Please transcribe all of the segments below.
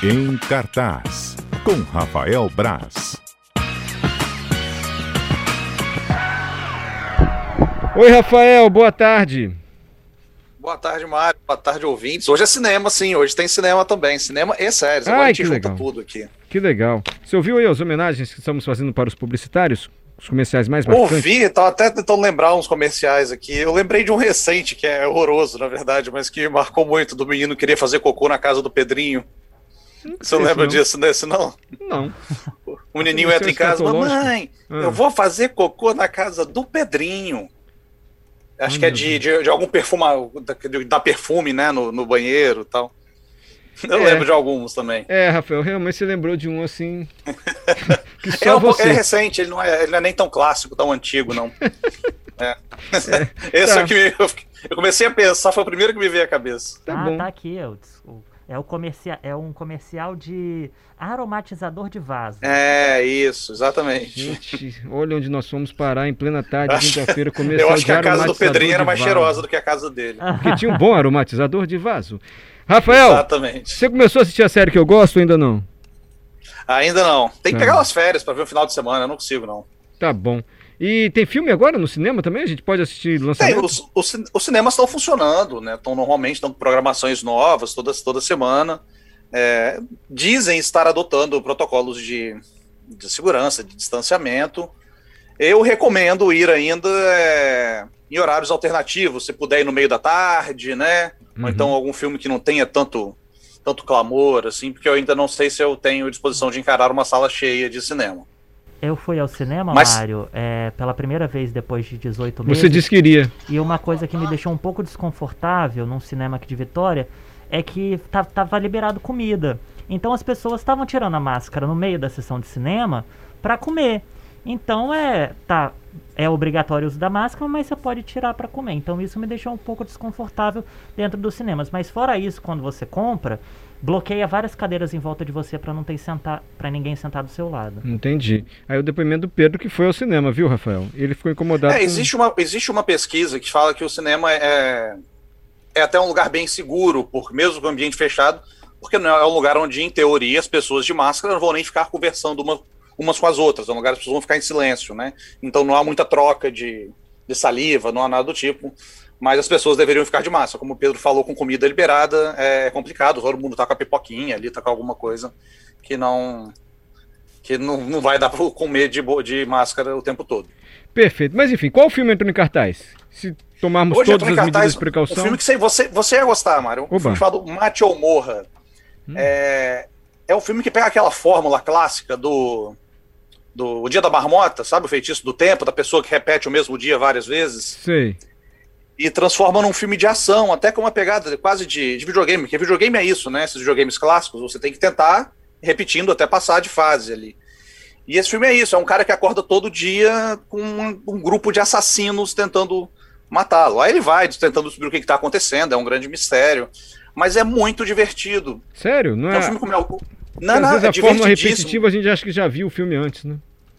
Em Cartaz, com Rafael Braz. Oi, Rafael, boa tarde. Boa tarde, Mário. Boa tarde, ouvintes. Hoje é cinema, sim. Hoje tem cinema também. Cinema e séries. Agora a gente junta tudo aqui. Que legal. Você ouviu aí as homenagens que estamos fazendo para os publicitários? Os comerciais mais marcantes? Ouvi, estava até tentando lembrar uns comerciais aqui. Eu lembrei de um recente, que é horroroso, na verdade, mas que me marcou muito, do menino que queria fazer cocô na casa do Pedrinho. Você não lembra disso, desse não? Não. O menininho entra em casa, mamãe, eu vou fazer cocô na casa do Pedrinho. Acho que é de algum perfume, da perfume, né, no banheiro e tal. Eu lembro de alguns também. Rafael, realmente você lembrou de um assim. Que só você. É recente, ele não é nem tão clássico, tão antigo, não. Esse é o que eu comecei a pensar, foi o primeiro que me veio à cabeça. Tá aqui, é um comercial de aromatizador de vaso. É, isso, exatamente. Gente, olha onde nós fomos parar em plena tarde, quinta-feira, comercial. Eu acho que a casa do Pedrinho era mais cheirosa do que a casa dele. Porque tinha um bom aromatizador de vaso. Rafael, exatamente. Você começou a assistir a série que eu gosto ou ainda não? Ainda não. Tem que pegar umas férias pra ver o final de semana, eu não consigo, não. Tá bom. E tem filme agora no cinema também? A gente pode assistir lançamento? Os cinemas estão funcionando, né? Normalmente estão com programações novas toda semana. Dizem estar adotando protocolos de segurança, de distanciamento. Eu recomendo ir ainda em horários alternativos, se puder ir no meio da tarde, né? Ou então algum filme que não tenha tanto clamor, assim, porque eu ainda não sei se eu tenho disposição de encarar uma sala cheia de cinema. Eu fui ao cinema, Mário, pela primeira vez depois de 18 meses. Você disse que iria. E uma coisa que me deixou um pouco desconfortável num cinema aqui de Vitória é que tava liberado comida. Então as pessoas estavam tirando a máscara no meio da sessão de cinema para comer. Então é obrigatório o uso da máscara, mas você pode tirar para comer. Então isso me deixou um pouco desconfortável dentro dos cinemas. Mas fora isso, quando você compra, bloqueia várias cadeiras em volta de você para ninguém sentar do seu lado. Entendi. Aí o depoimento do Pedro que foi ao cinema, viu, Rafael? Ele ficou incomodado. Existe uma pesquisa que fala que o cinema é até um lugar bem seguro, mesmo com o ambiente fechado, porque não é um lugar onde, em teoria, as pessoas de máscara não vão nem ficar conversando umas com as outras, é um lugar que as pessoas vão ficar em silêncio, né? Então não há muita troca de saliva, não há nada do tipo, mas as pessoas deveriam ficar de máscara. Como o Pedro falou, com comida liberada é complicado, todo mundo tá com a pipoquinha ali, tá com alguma coisa que não vai dar para comer de máscara o tempo todo. Perfeito, mas enfim, qual filme entrou em cartaz? Se tomarmos hoje todas as medidas de precaução... Um filme que você ia gostar, Mário, um filme chamado Mate ou Morra. É um filme que pega aquela fórmula clássica do Dia da Marmota, sabe? O feitiço do tempo, da pessoa que repete o mesmo dia várias vezes. Sei. E transforma num filme de ação, até com uma pegada quase de videogame, porque videogame é isso, né? Esses videogames clássicos, você tem que tentar repetindo até passar de fase ali. E esse filme é isso, é um cara que acorda todo dia com um grupo de assassinos tentando matá-lo. Aí ele vai tentando descobrir o que está acontecendo, é um grande mistério, mas é muito divertido. Sério? Não é? É um filme com meu... Às vezes a fórmula repetitiva a gente acha que já viu o filme antes, né?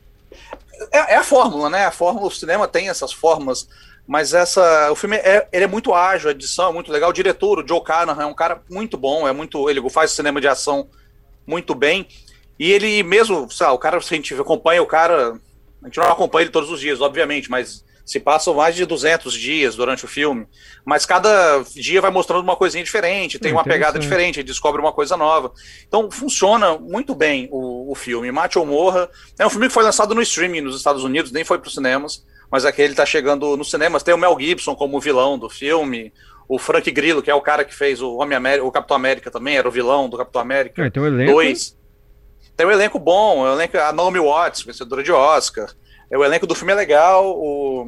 É a fórmula, né? O cinema tem essas fórmulas, mas o filme ele é muito ágil, a edição é muito legal. O diretor, o Joe Carnahan, é um cara muito bom, ele faz cinema de ação muito bem. E ele mesmo, o cara, se a gente acompanha o cara, a gente não acompanha ele todos os dias, obviamente, mas se passam mais de 200 dias durante o filme, mas cada dia vai mostrando uma coisinha diferente, tem uma pegada diferente, descobre uma coisa nova. Então funciona muito bem o filme. Mate ou Morra é um filme que foi lançado no streaming nos Estados Unidos, nem foi para os cinemas, mas aqui ele está chegando nos cinemas. Tem o Mel Gibson como vilão do filme, o Frank Grillo, que é o cara que fez o Capitão América também, era o vilão do Capitão América. Tem um elenco. 2. Tem um elenco bom, a Naomi Watts, vencedora de Oscar. O elenco do filme é legal,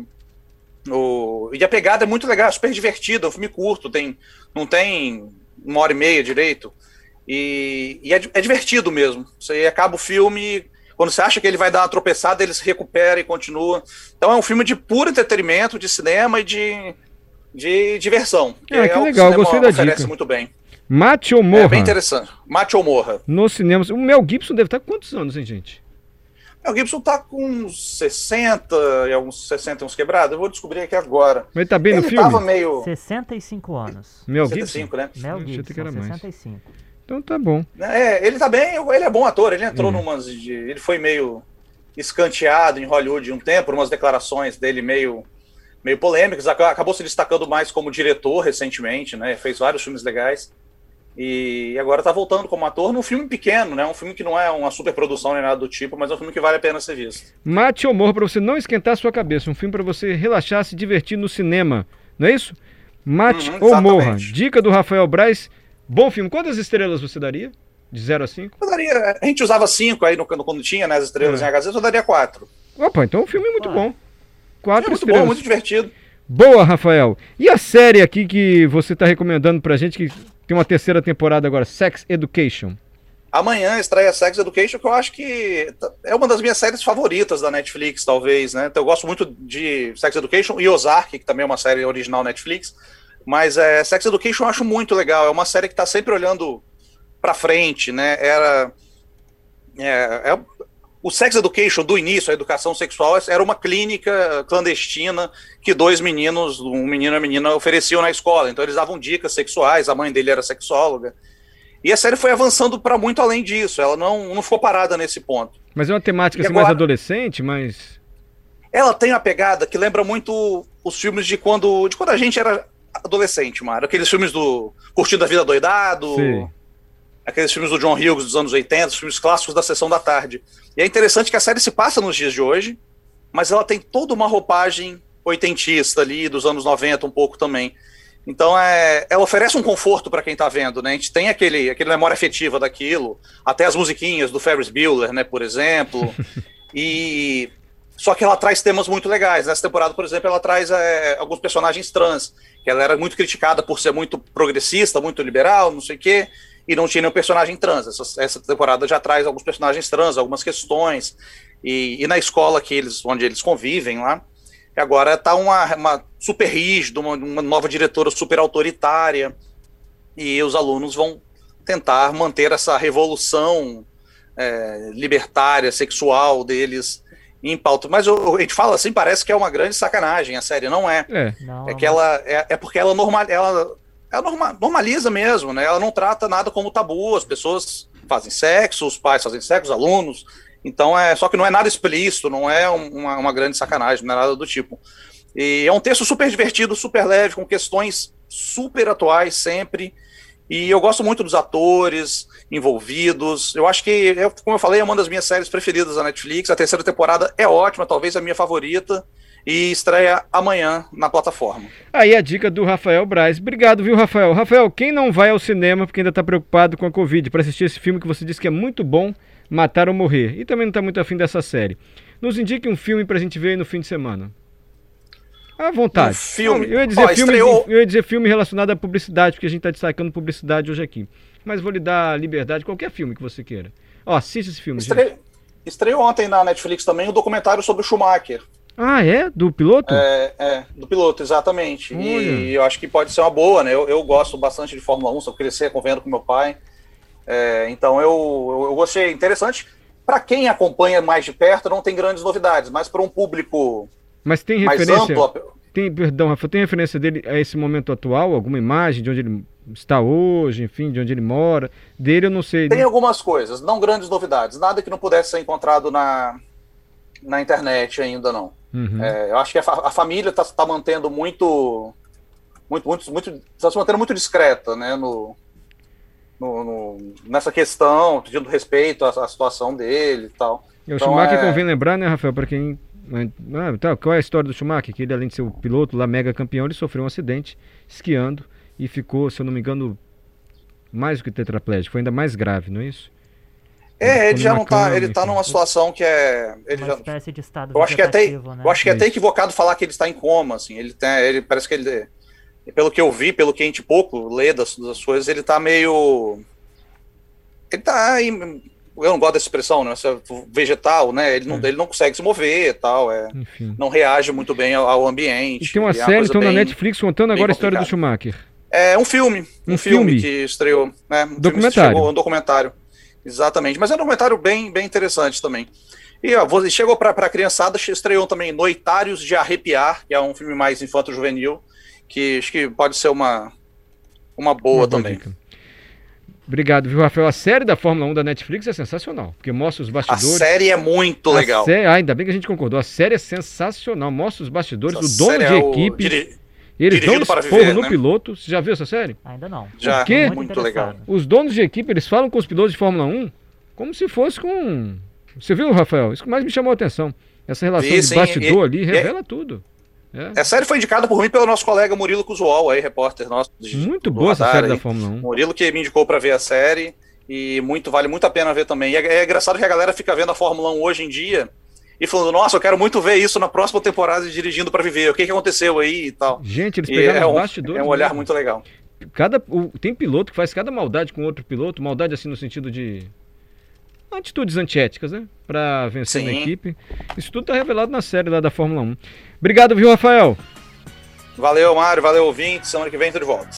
e a pegada é muito legal, é super divertida, é um filme curto, não tem 1h30 direito, e é divertido mesmo. Você acaba o filme, quando você acha que ele vai dar uma tropeçada, ele se recupera e continua. Então é um filme de puro entretenimento, de cinema e de diversão. Que legal, gostei da dica. Muito bem. Mate ou Morra? É bem interessante. Mate ou Morra. Nos cinemas. O Mel Gibson deve estar com quantos anos, hein, gente? O Gibson tá com uns 60 e uns quebrados. Eu vou descobrir aqui agora. Mas ele tá bem no filme? Tava meio... 65 anos. Mel 65, Gibson? né? Mel Gibson, 65. Então tá bom. Ele tá bem, ele é bom ator, ele entrou ele foi meio escanteado em Hollywood um tempo, umas declarações dele meio polêmicas, acabou se destacando mais como diretor recentemente, né? Fez vários filmes legais. E agora tá voltando como ator num filme pequeno, né? Um filme que não é uma superprodução nem nada do tipo, mas é um filme que vale a pena ser visto. Mate ou Morra, pra você não esquentar a sua cabeça. Um filme pra você relaxar, se divertir no cinema. Não é isso? Mate ou Morra. Dica do Rafael Braz. Bom filme. Quantas estrelas você daria? De 0 a 5? Eu daria, a gente usava 5 aí quando tinha, né, as estrelas em HZ, eu daria 4. Opa, então o filme é muito bom. 4 muito estrelas. Bom, muito divertido. Boa, Rafael. E a série aqui que você tá recomendando pra gente, que tem uma terceira temporada agora, Sex Education? Amanhã estreia Sex Education, que eu acho que é uma das minhas séries favoritas da Netflix, talvez, né? Então, eu gosto muito de Sex Education e Ozark, que também é uma série original Netflix. Mas Sex Education eu acho muito legal. É uma série que está sempre olhando para frente, né? O Sex Education, do início, a educação sexual, era uma clínica clandestina que 2 meninos, um menino e uma menina, ofereciam na escola. Então eles davam dicas sexuais, a mãe dele era sexóloga. E a série foi avançando para muito além disso. Ela não ficou parada nesse ponto. Mas é uma temática assim, mais adolescente, mas... Ela tem uma pegada que lembra muito os filmes de quando a gente era adolescente, Mário. Aqueles filmes do Curtindo a Vida Doidado, sim, aqueles filmes do John Hughes dos anos 80, os filmes clássicos da Sessão da Tarde. E é interessante que a série se passa nos dias de hoje, mas ela tem toda uma roupagem oitentista ali, dos anos 90 um pouco também. Então ela oferece um conforto para quem está vendo, né? A gente tem aquele memória afetiva daquilo, até as musiquinhas do Ferris Bueller, né, por exemplo. Só que ela traz temas muito legais. Nessa temporada, por exemplo, ela traz alguns personagens trans, que ela era muito criticada por ser muito progressista, muito liberal, não sei o quê, e não tinha nenhum personagem trans. Essa temporada já traz alguns personagens trans, algumas questões, e na escola onde eles convivem lá, agora está uma super rígida, uma nova diretora super autoritária, e os alunos vão tentar manter essa revolução libertária, sexual deles em pauta. Mas a gente fala assim, parece que é uma grande sacanagem, a série não é. Não, que ela porque ela normaliza mesmo, né? Ela não trata nada como tabu, as pessoas fazem sexo, os pais fazem sexo, os alunos. Então só que não é nada explícito, não é uma grande sacanagem, não é nada do tipo. E é um texto super divertido, super leve, com questões super atuais sempre. E eu gosto muito dos atores envolvidos. Eu acho que, como eu falei, é uma das minhas séries preferidas da Netflix. A terceira temporada é ótima, talvez a minha favorita. E estreia amanhã na plataforma. Aí a dica do Rafael Braz. Obrigado, viu, Rafael? Rafael, quem não vai ao cinema porque ainda está preocupado com a Covid, para assistir esse filme que você disse que é muito bom, Matar ou Morrer, e também não está muito afim dessa série, nos indique um filme pra gente ver aí no fim de semana. À vontade. Filme. Eu ia dizer filme relacionado à publicidade, porque a gente está destacando publicidade hoje aqui. Mas vou lhe dar liberdade, qualquer filme que você queira. Assiste esse filme. Estreou ontem na Netflix também um documentário sobre o Schumacher. Ah, é? Do piloto? Do piloto, exatamente. E eu acho que pode ser uma boa, né? Eu gosto bastante de Fórmula 1, só cresci acompanhando com meu pai. Então eu gostei. Interessante. Para quem acompanha mais de perto, não tem grandes novidades, mas para um público... Mas tem referência, tem referência dele a esse momento atual? Alguma imagem de onde ele está hoje, enfim, de onde ele mora? Dele eu não sei. Tem algumas coisas, não grandes novidades. Nada que não pudesse ser encontrado na internet ainda, não. Uhum. Eu acho que a família está mantendo está se mantendo muito discreta, né, nessa questão, pedindo respeito à situação dele e tal. O Schumacher convém lembrar, né, Rafael, para quem... qual é a história do Schumacher? Que ele, além de ser o piloto lá, mega campeão, ele sofreu um acidente esquiando e ficou, se eu não me engano, mais do que tetraplégico, foi ainda mais grave, não é isso? Ele já não tá, ele tá numa situação que uma espécie de estado eu acho que vegetativo, né? Eu acho que é até equivocado falar que ele está em coma, assim, ele parece que ele, pelo que eu vi, pelo que a gente pouco lê das coisas, ele tá meio... Ele tá... Eu não gosto dessa expressão, né? Vegetal, né? Ele não consegue se mover e tal, não reage muito bem ao ambiente. E tem uma série, então, na Netflix contando agora a história do Schumacher. É um filme que estreou, né? Um documentário. Exatamente, mas é um documentário bem interessante também. E chegou para a criançada, estreou também Noitários de Arrepiar, que é um filme mais infanto-juvenil, que acho que pode ser uma boa também. Dica. Obrigado, viu, Rafael? A série da Fórmula 1 da Netflix é sensacional, porque mostra os bastidores. A série é muito legal. Ainda bem que a gente concordou. A série é sensacional, mostra os bastidores, o dono de equipe. Eles dão esporro no piloto. Você já viu essa série? Ainda não. Já, porque muito legal. Os donos de equipe, eles falam com os pilotos de Fórmula 1 como se fosse com... Você viu, Rafael? Isso que mais me chamou a atenção. Essa relação de bastidor ali revela tudo. A série foi indicada por mim e pelo nosso colega Murilo Cusual, aí, repórter nosso. Muito boa essa série da Fórmula 1. Murilo que me indicou para ver a série e vale muito a pena ver também. E é engraçado que a galera fica vendo a Fórmula 1 hoje em dia e falando, nossa, eu quero muito ver isso na próxima temporada de Dirigindo para Viver. O que aconteceu aí e tal. Gente, eles pegaram os bastidores. É um olhar muito legal. Tem piloto que faz cada maldade com outro piloto, maldade assim no sentido de atitudes antiéticas, né? Pra vencer na equipe. Isso tudo tá revelado na série lá da Fórmula 1. Obrigado, viu, Rafael? Valeu, Mário. Valeu, ouvinte. Semana que vem tô de volta.